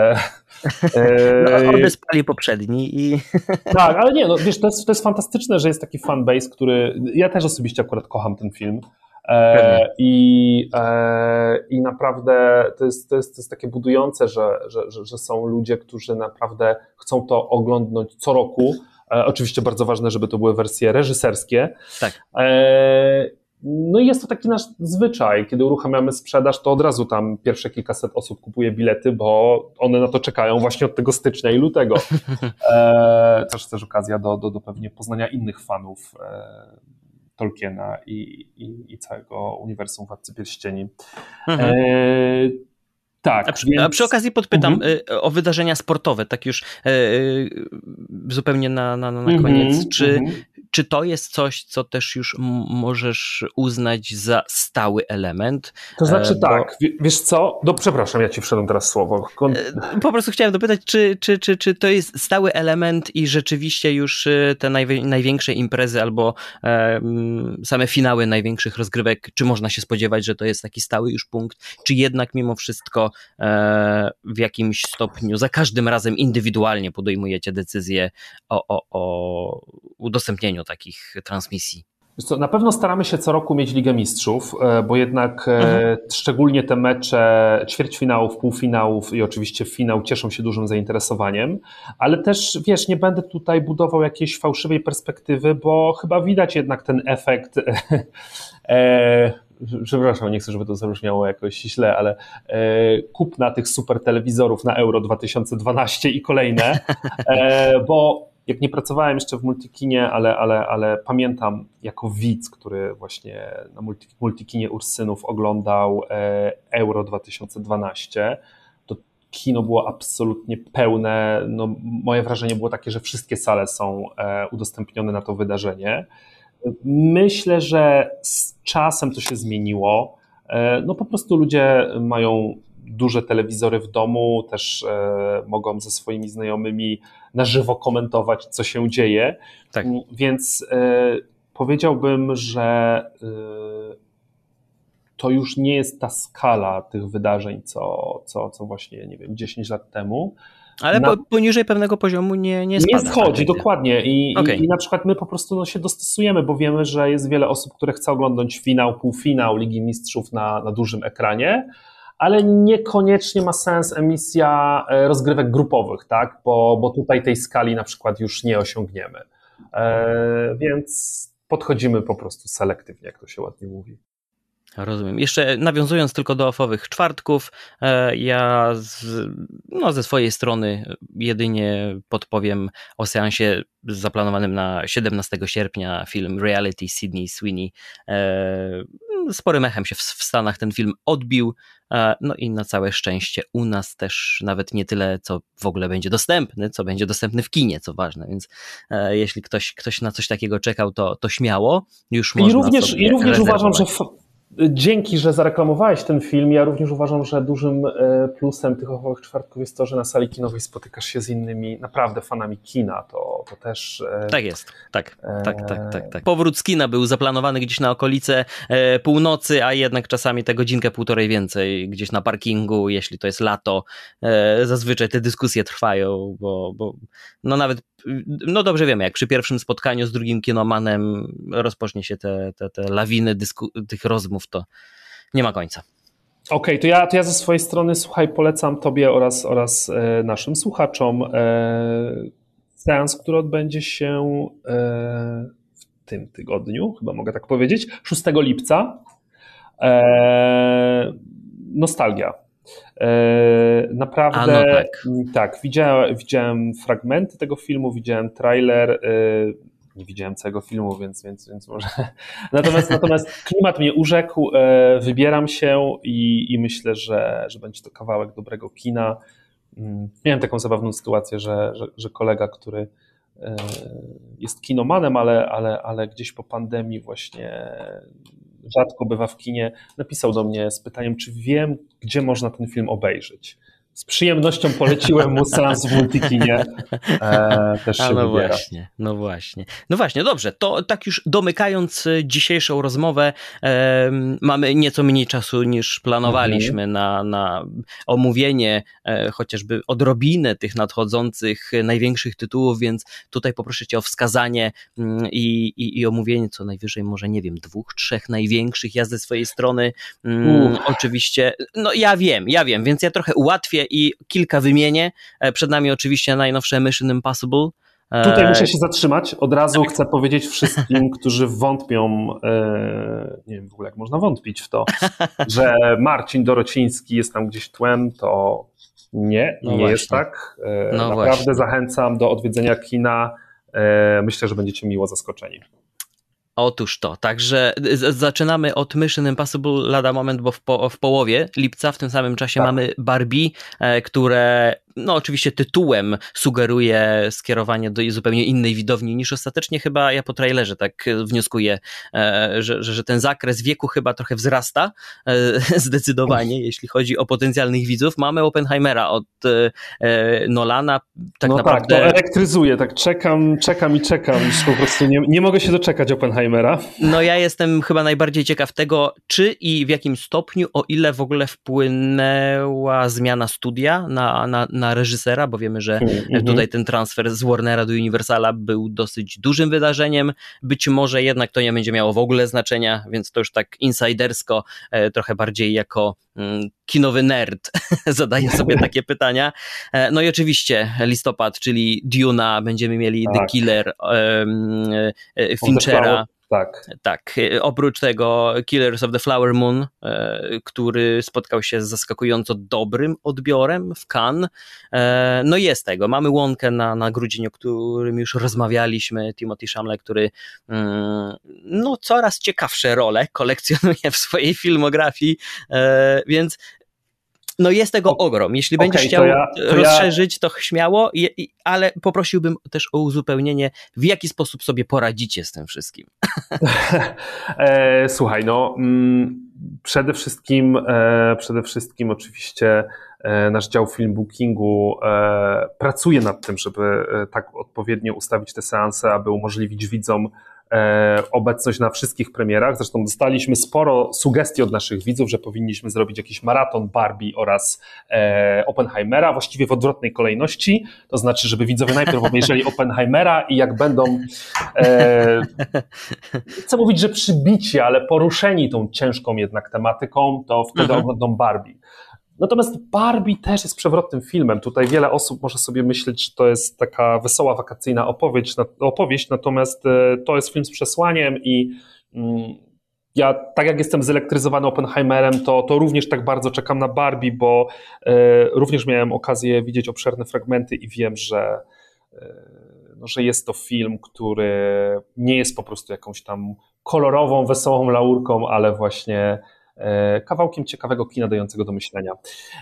No, odespali poprzedni i... Tak, ale nie, no wiesz, to jest fantastyczne, że jest taki fanbase, który... Ja też osobiście akurat kocham ten film. I naprawdę to jest takie budujące, że są ludzie, którzy naprawdę chcą to oglądnąć co roku. Oczywiście bardzo ważne, żeby to były wersje reżyserskie. Tak. No i jest to taki nasz zwyczaj, kiedy uruchamiamy sprzedaż, to od razu tam pierwsze kilkaset osób kupuje bilety, bo one na to czekają właśnie od tego stycznia i lutego. Też okazja do pewnie poznania innych fanów Tolkiena i całego uniwersum Władcy Pierścieni. Tak, a przy okazji podpytam o wydarzenia sportowe, tak już zupełnie na koniec. Czy to jest coś, co też już możesz uznać za stały element? To znaczy tak, wiesz co? No przepraszam, ja ci wszedłem teraz słowo. Po prostu chciałem dopytać, czy to jest stały element i rzeczywiście już te największe imprezy albo same finały największych rozgrywek, czy można się spodziewać, że to jest taki stały już punkt, czy jednak mimo wszystko w jakimś stopniu za każdym razem indywidualnie podejmujecie decyzję o udostępnieniu takich transmisji? Co, na pewno staramy się co roku mieć Ligę Mistrzów, bo jednak szczególnie te mecze ćwierćfinałów, półfinałów i oczywiście finał cieszą się dużym zainteresowaniem, ale też wiesz, nie będę tutaj budował jakiejś fałszywej perspektywy, bo chyba widać jednak ten efekt przepraszam, nie chcę, żeby to zabrzmiało jakoś źle, ale kupna tych super telewizorów na Euro 2012 i kolejne, bo jak nie pracowałem jeszcze w Multikinie, ale pamiętam jako widz, który właśnie na Multikinie Ursynów oglądał Euro 2012, to kino było absolutnie pełne. No, moje wrażenie było takie, że wszystkie sale są udostępnione na to wydarzenie. Myślę, że z czasem to się zmieniło. No po prostu ludzie mają duże telewizory w domu, też mogą ze swoimi znajomymi na żywo komentować, co się dzieje. Tak. Więc powiedziałbym, że to już nie jest ta skala tych wydarzeń, co właśnie, nie wiem, 10 lat temu. Ale poniżej pewnego poziomu nie spada. Nie schodzi, dokładnie. Okay. I na przykład my po prostu się dostosujemy, bo wiemy, że jest wiele osób, które chcą oglądać finał, półfinał Ligi Mistrzów na dużym ekranie, ale niekoniecznie ma sens emisja rozgrywek grupowych, tak? Bo tutaj tej skali na przykład już nie osiągniemy. Więc podchodzimy po prostu selektywnie, jak to się ładnie mówi. Rozumiem. Jeszcze nawiązując tylko do ofowych czwartków, ja ze swojej strony jedynie podpowiem o seansie zaplanowanym na 17 sierpnia, film Reality Sydney Sweeney. Sporym echem się w Stanach ten film odbił, no i na całe szczęście u nas też nawet nie tyle, co w ogóle będzie dostępny, co będzie dostępny w kinie, co ważne, więc jeśli ktoś na coś takiego czekał, to śmiało, już można I również uważam, że dzięki, że zareklamowałeś ten film, ja również uważam, że dużym plusem tych ofowych czwartków jest to, że na sali kinowej spotykasz się z innymi naprawdę fanami kina, to też... Tak jest, tak. Powrót z kina był zaplanowany gdzieś na okolice północy, a jednak czasami te godzinkę, półtorej więcej gdzieś na parkingu, jeśli to jest lato, zazwyczaj te dyskusje trwają, bo no nawet, no dobrze wiemy, jak przy pierwszym spotkaniu z drugim kinomanem rozpocznie się te lawiny tych rozmów, to nie ma końca. Okej, to ja ze swojej strony, słuchaj, polecam tobie oraz naszym słuchaczom seans, który odbędzie się w tym tygodniu, chyba mogę tak powiedzieć, 6 lipca. Nostalgia. Naprawdę, tak, widziałem fragmenty tego filmu, widziałem trailer, nie widziałem całego filmu, więc może... Natomiast klimat mnie urzekł, wybieram się i myślę, że będzie to kawałek dobrego kina. Miałem taką zabawną sytuację, że kolega, który jest kinomanem, ale gdzieś po pandemii właśnie rzadko bywa w kinie, napisał do mnie z pytaniem, czy wiem, gdzie można ten film obejrzeć. Z przyjemnością poleciłem mu seans w Multikinie. Też się no wybiera. właśnie, no właśnie. No właśnie, dobrze, to tak już domykając dzisiejszą rozmowę, mamy nieco mniej czasu niż planowaliśmy na omówienie chociażby odrobinę tych nadchodzących największych tytułów, więc tutaj poproszę cię o wskazanie i omówienie co najwyżej może, nie wiem, 2, 3 największych. Ja ze swojej strony oczywiście, no ja wiem, więc ja trochę ułatwię i kilka wymienię. Przed nami oczywiście najnowsze Mission Impossible. Tutaj muszę się zatrzymać. Od razu chcę powiedzieć wszystkim, którzy wątpią, nie wiem w ogóle jak można wątpić w to, że Marcin Dorociński jest tam gdzieś tłem, to nie jest tak. Naprawdę zachęcam do odwiedzenia kina. Myślę, że będziecie miło zaskoczeni. Otóż to, także zaczynamy od Mission Impossible lada moment, bo w połowie lipca w tym samym czasie mamy Barbie, które no oczywiście tytułem sugeruje skierowanie do zupełnie innej widowni niż ostatecznie chyba ja po trailerze tak wnioskuję, że ten zakres wieku chyba trochę wzrasta zdecydowanie, jeśli chodzi o potencjalnych widzów. Mamy Oppenheimera od Nolana. Tak naprawdę... to elektryzuje, tak czekam, już po prostu nie mogę się doczekać Oppenheimera. No ja jestem chyba najbardziej ciekaw tego, czy i w jakim stopniu, o ile w ogóle wpłynęła zmiana studia na reżysera, bo wiemy, że tutaj ten transfer z Warnera do Universala był dosyć dużym wydarzeniem. Być może jednak to nie będzie miało w ogóle znaczenia, więc to już tak insidersko, trochę bardziej jako kinowy nerd zadaję sobie takie pytania. No i oczywiście listopad, czyli Duna, będziemy mieli The Killer, Finchera. Tak. Oprócz tego Killers of the Flower Moon, który spotkał się z zaskakująco dobrym odbiorem w Cannes. No i jest tego. Mamy Wonkę na grudzień, o którym już rozmawialiśmy. Timothée Chalamet, który no coraz ciekawsze role kolekcjonuje w swojej filmografii, więc no jest tego ogrom. Jeśli będziesz chciał rozszerzyć, to śmiało, ale poprosiłbym też o uzupełnienie, w jaki sposób sobie poradzicie z tym wszystkim. Słuchaj, no przede wszystkim oczywiście nasz dział filmbookingu pracuje nad tym, żeby tak odpowiednio ustawić te seanse, aby umożliwić widzom obecność na wszystkich premierach. Zresztą dostaliśmy sporo sugestii od naszych widzów, że powinniśmy zrobić jakiś maraton Barbie oraz Oppenheimera, właściwie w odwrotnej kolejności, to znaczy, żeby widzowie najpierw obejrzeli Oppenheimera i jak będą chcę mówić, że przybici, ale poruszeni tą ciężką jednak tematyką, to wtedy oglądną Barbie. Natomiast Barbie też jest przewrotnym filmem. Tutaj wiele osób może sobie myśleć, że to jest taka wesoła, wakacyjna opowieść, natomiast to jest film z przesłaniem i ja, tak jak jestem zelektryzowany Oppenheimerem, to również tak bardzo czekam na Barbie, bo również miałem okazję widzieć obszerne fragmenty i wiem, że jest to film, który nie jest po prostu jakąś tam kolorową, wesołą laurką, ale właśnie kawałkiem ciekawego kina dającego do myślenia.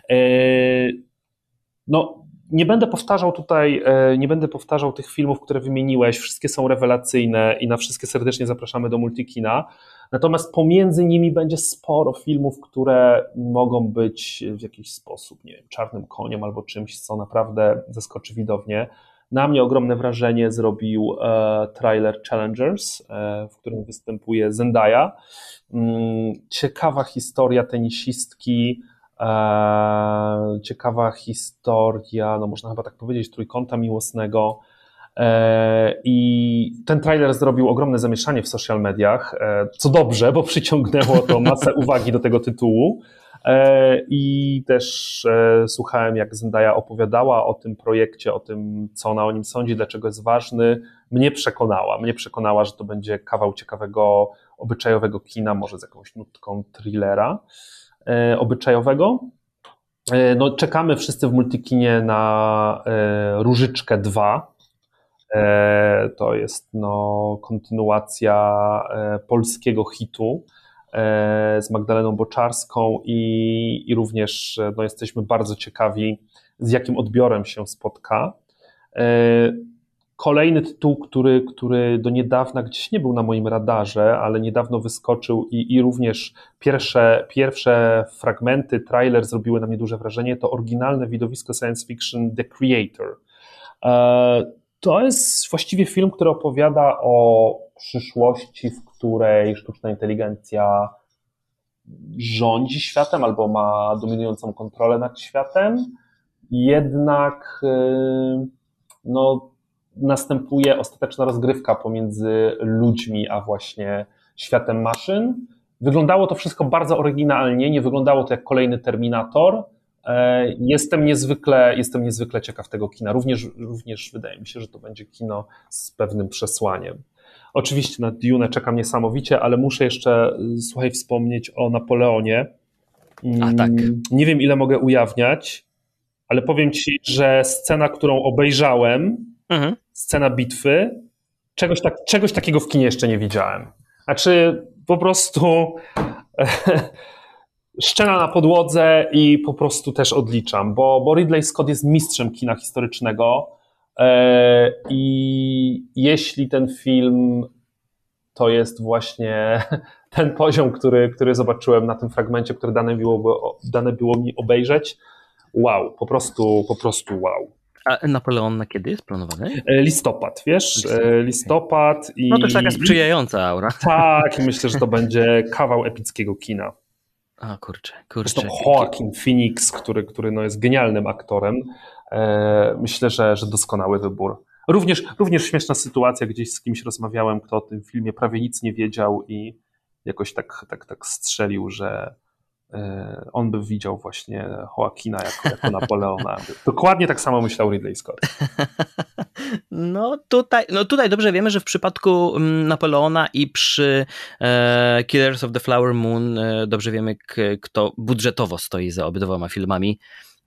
No, nie będę powtarzał tych filmów, które wymieniłeś, wszystkie są rewelacyjne i na wszystkie serdecznie zapraszamy do Multikina, natomiast pomiędzy nimi będzie sporo filmów, które mogą być w jakiś sposób, nie wiem, czarnym koniem albo czymś, co naprawdę zaskoczy widownię. Na mnie ogromne wrażenie zrobił trailer Challengers, w którym występuje Zendaya. Ciekawa historia tenisistki, ciekawa historia, no można chyba tak powiedzieć, trójkąta miłosnego. I ten trailer zrobił ogromne zamieszanie w social mediach, co dobrze, bo przyciągnęło to masę uwagi do tego tytułu. I też słuchałem, jak Zendaya opowiadała o tym projekcie, o tym, co ona o nim sądzi, dlaczego jest ważny. Mnie przekonała, że to będzie kawał ciekawego, obyczajowego kina, może z jakąś nutką thrillera obyczajowego. No, czekamy wszyscy w Multikinie na Różyczkę 2. To jest kontynuacja polskiego hitu z Magdaleną Boczarską i również jesteśmy bardzo ciekawi, z jakim odbiorem się spotka. Kolejny tytuł, który do niedawna gdzieś nie był na moim radarze, ale niedawno wyskoczył i również pierwsze fragmenty, trailer zrobiły na mnie duże wrażenie, to oryginalne widowisko science fiction The Creator. To jest właściwie film, który opowiada o przyszłości, w której sztuczna inteligencja rządzi światem albo ma dominującą kontrolę nad światem, jednak następuje ostateczna rozgrywka pomiędzy ludźmi a właśnie światem maszyn. Wyglądało to wszystko bardzo oryginalnie, nie wyglądało to jak kolejny Terminator. Jestem niezwykle ciekaw tego kina. Również wydaje mi się, że to będzie kino z pewnym przesłaniem. Oczywiście na Dune czekam niesamowicie, ale muszę jeszcze, słuchaj, wspomnieć o Napoleonie. Tak. Nie wiem, ile mogę ujawniać, ale powiem ci, że scena, którą obejrzałem, scena bitwy, czegoś takiego w kinie jeszcze nie widziałem. Znaczy po prostu szczena na podłodze i po prostu też odliczam, bo Ridley Scott jest mistrzem kina historycznego i jeśli ten film to jest właśnie ten poziom, który zobaczyłem na tym fragmencie, który dane było mi obejrzeć, wow, po prostu wow. A Napoleon na kiedy jest planowany? Listopad, wiesz? Listopad. I no to już taka sprzyjająca aura. Tak, i myślę, że to będzie kawał epickiego kina. A kurczę. Zresztą Joaquin Phoenix, który jest genialnym aktorem. Myślę, że doskonały wybór. Również śmieszna sytuacja, gdzieś z kimś rozmawiałem, kto o tym filmie prawie nic nie wiedział i jakoś tak strzelił, że on by widział właśnie Joaquina jako Napoleona. Dokładnie tak samo myślał Ridley Scott. No tutaj dobrze wiemy, że w przypadku Napoleona i przy Killers of the Flower Moon dobrze wiemy, kto budżetowo stoi za obydwoma filmami.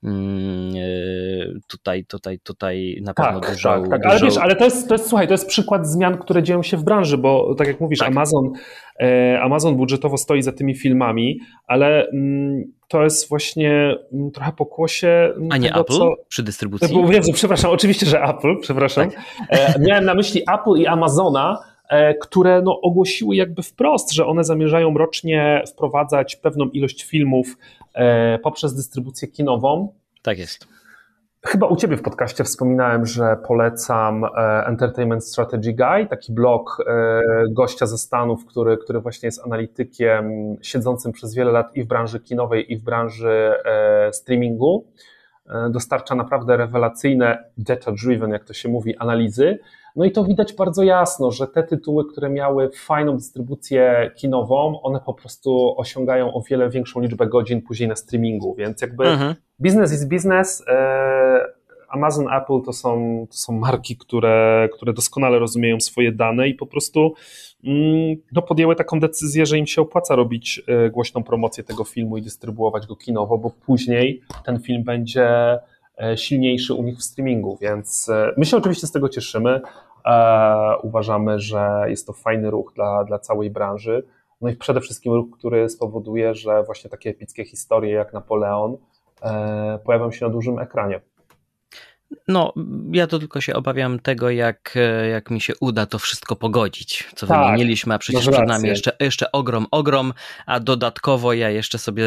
Tutaj na pewno dużo. Tak. Ale to jest, słuchaj, to jest przykład zmian, które dzieją się w branży, bo tak jak mówisz, tak. Amazon budżetowo stoi za tymi filmami, ale to jest właśnie trochę pokłosie. A nie Apple przy dystrybucji? Jezu, przepraszam, oczywiście, że Apple, przepraszam. Tak. Miałem na myśli Apple i Amazona, które ogłosiły jakby wprost, że one zamierzają rocznie wprowadzać pewną ilość filmów poprzez dystrybucję kinową. Tak jest. Chyba u ciebie w podcaście wspominałem, że polecam Entertainment Strategy Guy, taki blog gościa ze Stanów, który właśnie jest analitykiem siedzącym przez wiele lat i w branży kinowej, i w branży streamingu. Dostarcza naprawdę rewelacyjne, data-driven, jak to się mówi, analizy. No i to widać bardzo jasno, że te tytuły, które miały fajną dystrybucję kinową, one po prostu osiągają o wiele większą liczbę godzin później na streamingu, więc jakby business is business. Amazon, Apple to są marki, które doskonale rozumieją swoje dane i po prostu podjęły taką decyzję, że im się opłaca robić głośną promocję tego filmu i dystrybuować go kinowo, bo później ten film będzie silniejszy u nich w streamingu, więc my się oczywiście z tego cieszymy. Uważamy, że jest to fajny ruch dla całej branży. No i przede wszystkim ruch, który spowoduje, że właśnie takie epickie historie jak Napoleon pojawią się na dużym ekranie. No, ja to tylko się obawiam tego, jak mi się uda to wszystko pogodzić, co wymieniliśmy, a przecież przed nami jeszcze ogrom, a dodatkowo ja jeszcze sobie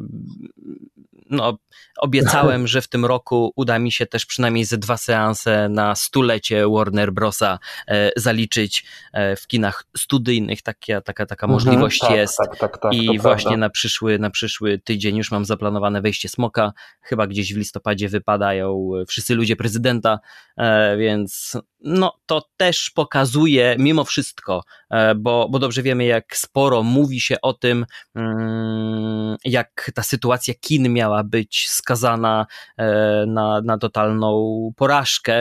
obiecałem, że w tym roku uda mi się też przynajmniej ze 2 seanse na 100-lecie Warner Brosa zaliczyć w kinach studyjnych. Taka możliwość jest. Tak, i właśnie na przyszły tydzień już mam zaplanowane wejście Smoka. Chyba gdzieś w listopadzie wypadają Wszyscy ludzie prezydenta, więc to też pokazuje mimo wszystko, bo dobrze wiemy, jak sporo mówi się o tym, jak ta sytuacja kin miała być skazana na totalną porażkę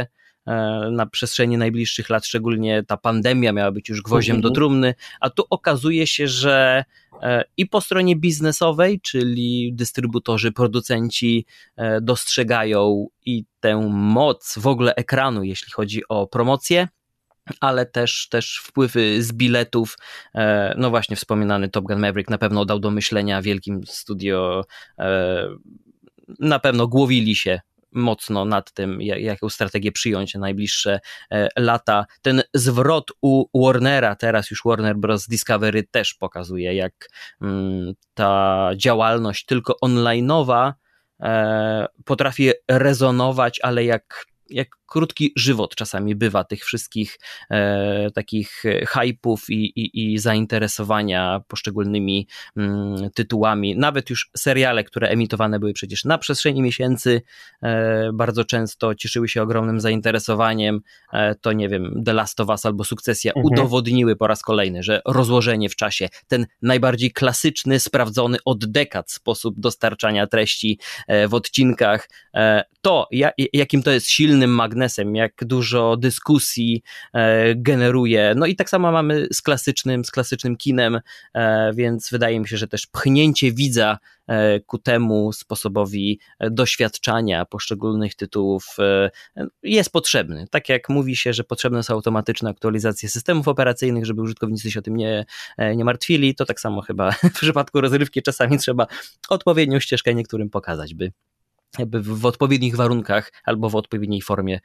na przestrzeni najbliższych lat, szczególnie ta pandemia miała być już gwoździem do trumny, a tu okazuje się, że i po stronie biznesowej, czyli dystrybutorzy, producenci dostrzegają i tę moc w ogóle ekranu, jeśli chodzi o promocję, ale też wpływy z biletów. No właśnie wspominany Top Gun Maverick na pewno dał do myślenia wielkim studio, na pewno głowili się mocno nad tym, jaką strategię przyjąć na najbliższe lata. Ten zwrot u Warnera, teraz już Warner Bros. Discovery też pokazuje, jak ta działalność tylko online'owa potrafi rezonować, ale jak krótki żywot czasami bywa tych wszystkich takich hype'ów i zainteresowania poszczególnymi tytułami. Nawet już seriale, które emitowane były przecież na przestrzeni miesięcy, bardzo często cieszyły się ogromnym zainteresowaniem. To nie wiem, The Last of Us albo Sukcesja udowodniły po raz kolejny, że rozłożenie w czasie, ten najbardziej klasyczny, sprawdzony od dekad sposób dostarczania treści w odcinkach, to jakim to jest silnym magnesem, jak dużo dyskusji generuje. No i tak samo mamy z klasycznym kinem, więc wydaje mi się, że też pchnięcie widza ku temu sposobowi doświadczania poszczególnych tytułów jest potrzebny. Tak jak mówi się, że potrzebne są automatyczne aktualizacje systemów operacyjnych, żeby użytkownicy się o tym nie martwili, to tak samo chyba w przypadku rozrywki czasami trzeba odpowiednią ścieżkę niektórym pokazać, by w odpowiednich warunkach albo w odpowiedniej formie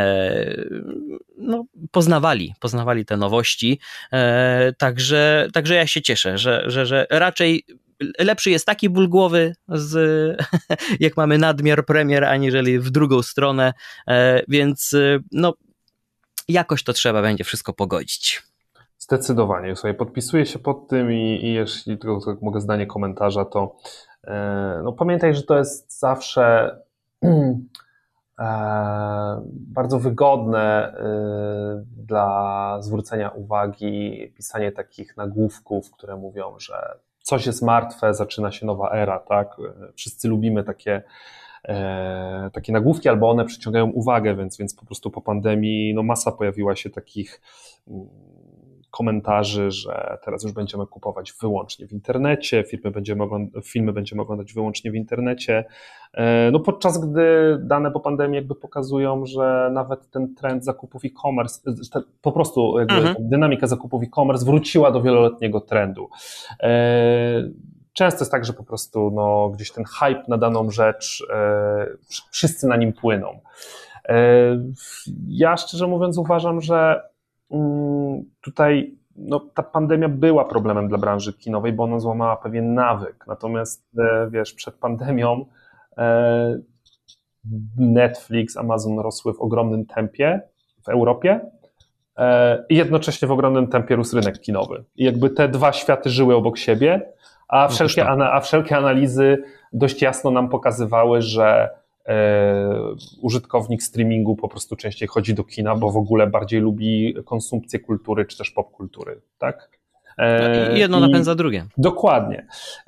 poznawali te nowości. Także ja się cieszę, że raczej lepszy jest taki ból głowy, jak mamy nadmiar premier, aniżeli w drugą stronę, więc no jakoś to trzeba będzie wszystko pogodzić. Zdecydowanie. Słuchaj, podpisuję się pod tym i jeśli tylko mogę zdanie komentarza, to no pamiętaj, że to jest zawsze bardzo wygodne dla zwrócenia uwagi pisanie takich nagłówków, które mówią, że coś jest martwe, zaczyna się nowa era, tak? Wszyscy lubimy takie nagłówki, albo one przyciągają uwagę, więc po prostu po pandemii no masa pojawiła się takich komentarzy, że teraz już będziemy kupować wyłącznie w internecie, filmy będziemy oglądać wyłącznie w internecie, no podczas gdy dane po pandemii jakby pokazują, że nawet ten trend zakupów e-commerce, po prostu jakby dynamika zakupów e-commerce wróciła do wieloletniego trendu. Często jest tak, że po prostu no, gdzieś ten hype na daną rzecz, wszyscy na nim płyną. Ja szczerze mówiąc uważam, że tutaj no, ta pandemia była problemem dla branży kinowej, bo ona złamała pewien nawyk. Natomiast wiesz, przed pandemią Netflix, Amazon rosły w ogromnym tempie w Europie i jednocześnie w ogromnym tempie rósł rynek kinowy. I jakby te dwa światy żyły obok siebie, a wszelkie analizy dość jasno nam pokazywały, że użytkownik streamingu po prostu częściej chodzi do kina, bo w ogóle bardziej lubi konsumpcję kultury czy też popkultury, tak? Jedno napędza drugie. Dokładnie.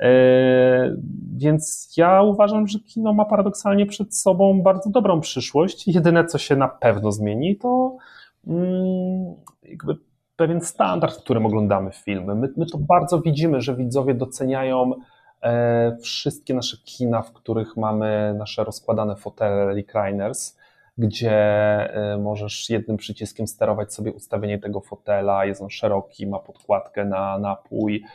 Więc ja uważam, że kino ma paradoksalnie przed sobą bardzo dobrą przyszłość. Jedyne, co się na pewno zmieni, to jakby pewien standard, w którym oglądamy filmy. My to bardzo widzimy, że widzowie doceniają wszystkie nasze kina, w których mamy nasze rozkładane fotele recliners, gdzie możesz jednym przyciskiem sterować sobie ustawienie tego fotela, jest on szeroki, ma podkładkę na napój,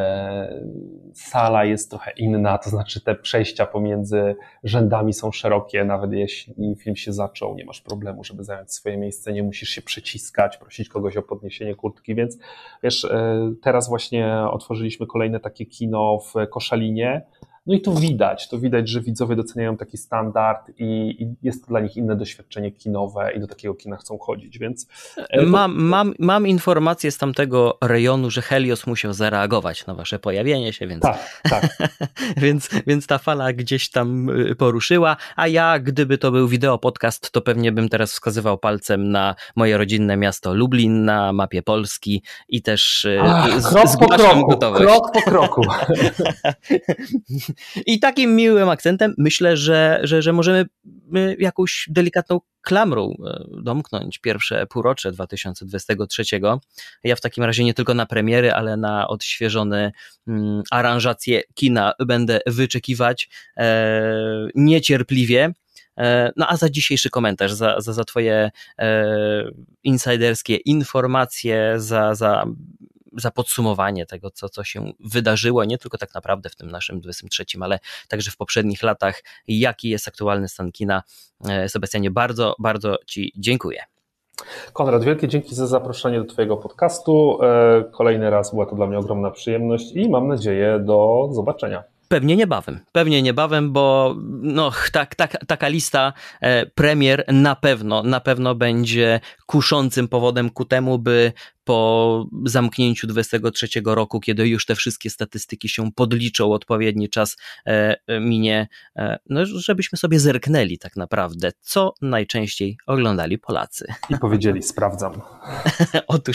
sala jest trochę inna, to znaczy te przejścia pomiędzy rzędami są szerokie, nawet jeśli film się zaczął, nie masz problemu, żeby zająć swoje miejsce, nie musisz się przyciskać, prosić kogoś o podniesienie kurtki, więc wiesz, teraz właśnie otworzyliśmy kolejne takie kino w Koszalinie. No i to widać, że widzowie doceniają taki standard i jest to dla nich inne doświadczenie kinowe i do takiego kina chcą chodzić, więc... Mam informację z tamtego rejonu, że Helios musiał zareagować na wasze pojawienie się, więc... Tak. więc ta fala gdzieś tam poruszyła, a ja, gdyby to był wideo podcast, to pewnie bym teraz wskazywał palcem na moje rodzinne miasto Lublin na mapie Polski i też zgłaszam gotowość. Krok po kroku. I takim miłym akcentem myślę, że możemy jakąś delikatną klamrą domknąć pierwsze półrocze 2023. Ja w takim razie nie tylko na premiery, ale na odświeżone aranżacje kina będę wyczekiwać niecierpliwie. No a za dzisiejszy komentarz, za twoje insiderskie informacje, za podsumowanie tego, co się wydarzyło, nie tylko tak naprawdę w tym naszym 23, ale także w poprzednich latach, jaki jest aktualny stan kina. Sebastianie, bardzo, bardzo ci dziękuję. Konrad, wielkie dzięki za zaproszenie do twojego podcastu. Kolejny raz była to dla mnie ogromna przyjemność i mam nadzieję do zobaczenia. Pewnie niebawem, bo no, taka lista premier na pewno będzie kuszącym powodem ku temu, by po zamknięciu 23 roku, kiedy już te wszystkie statystyki się podliczą, odpowiedni czas minie, no, żebyśmy sobie zerknęli tak naprawdę, co najczęściej oglądali Polacy. I powiedzieli, sprawdzam.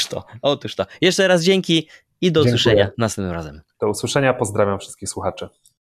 Otóż to. Jeszcze raz dzięki i do usłyszenia następnym razem. Do usłyszenia, pozdrawiam wszystkich słuchaczy.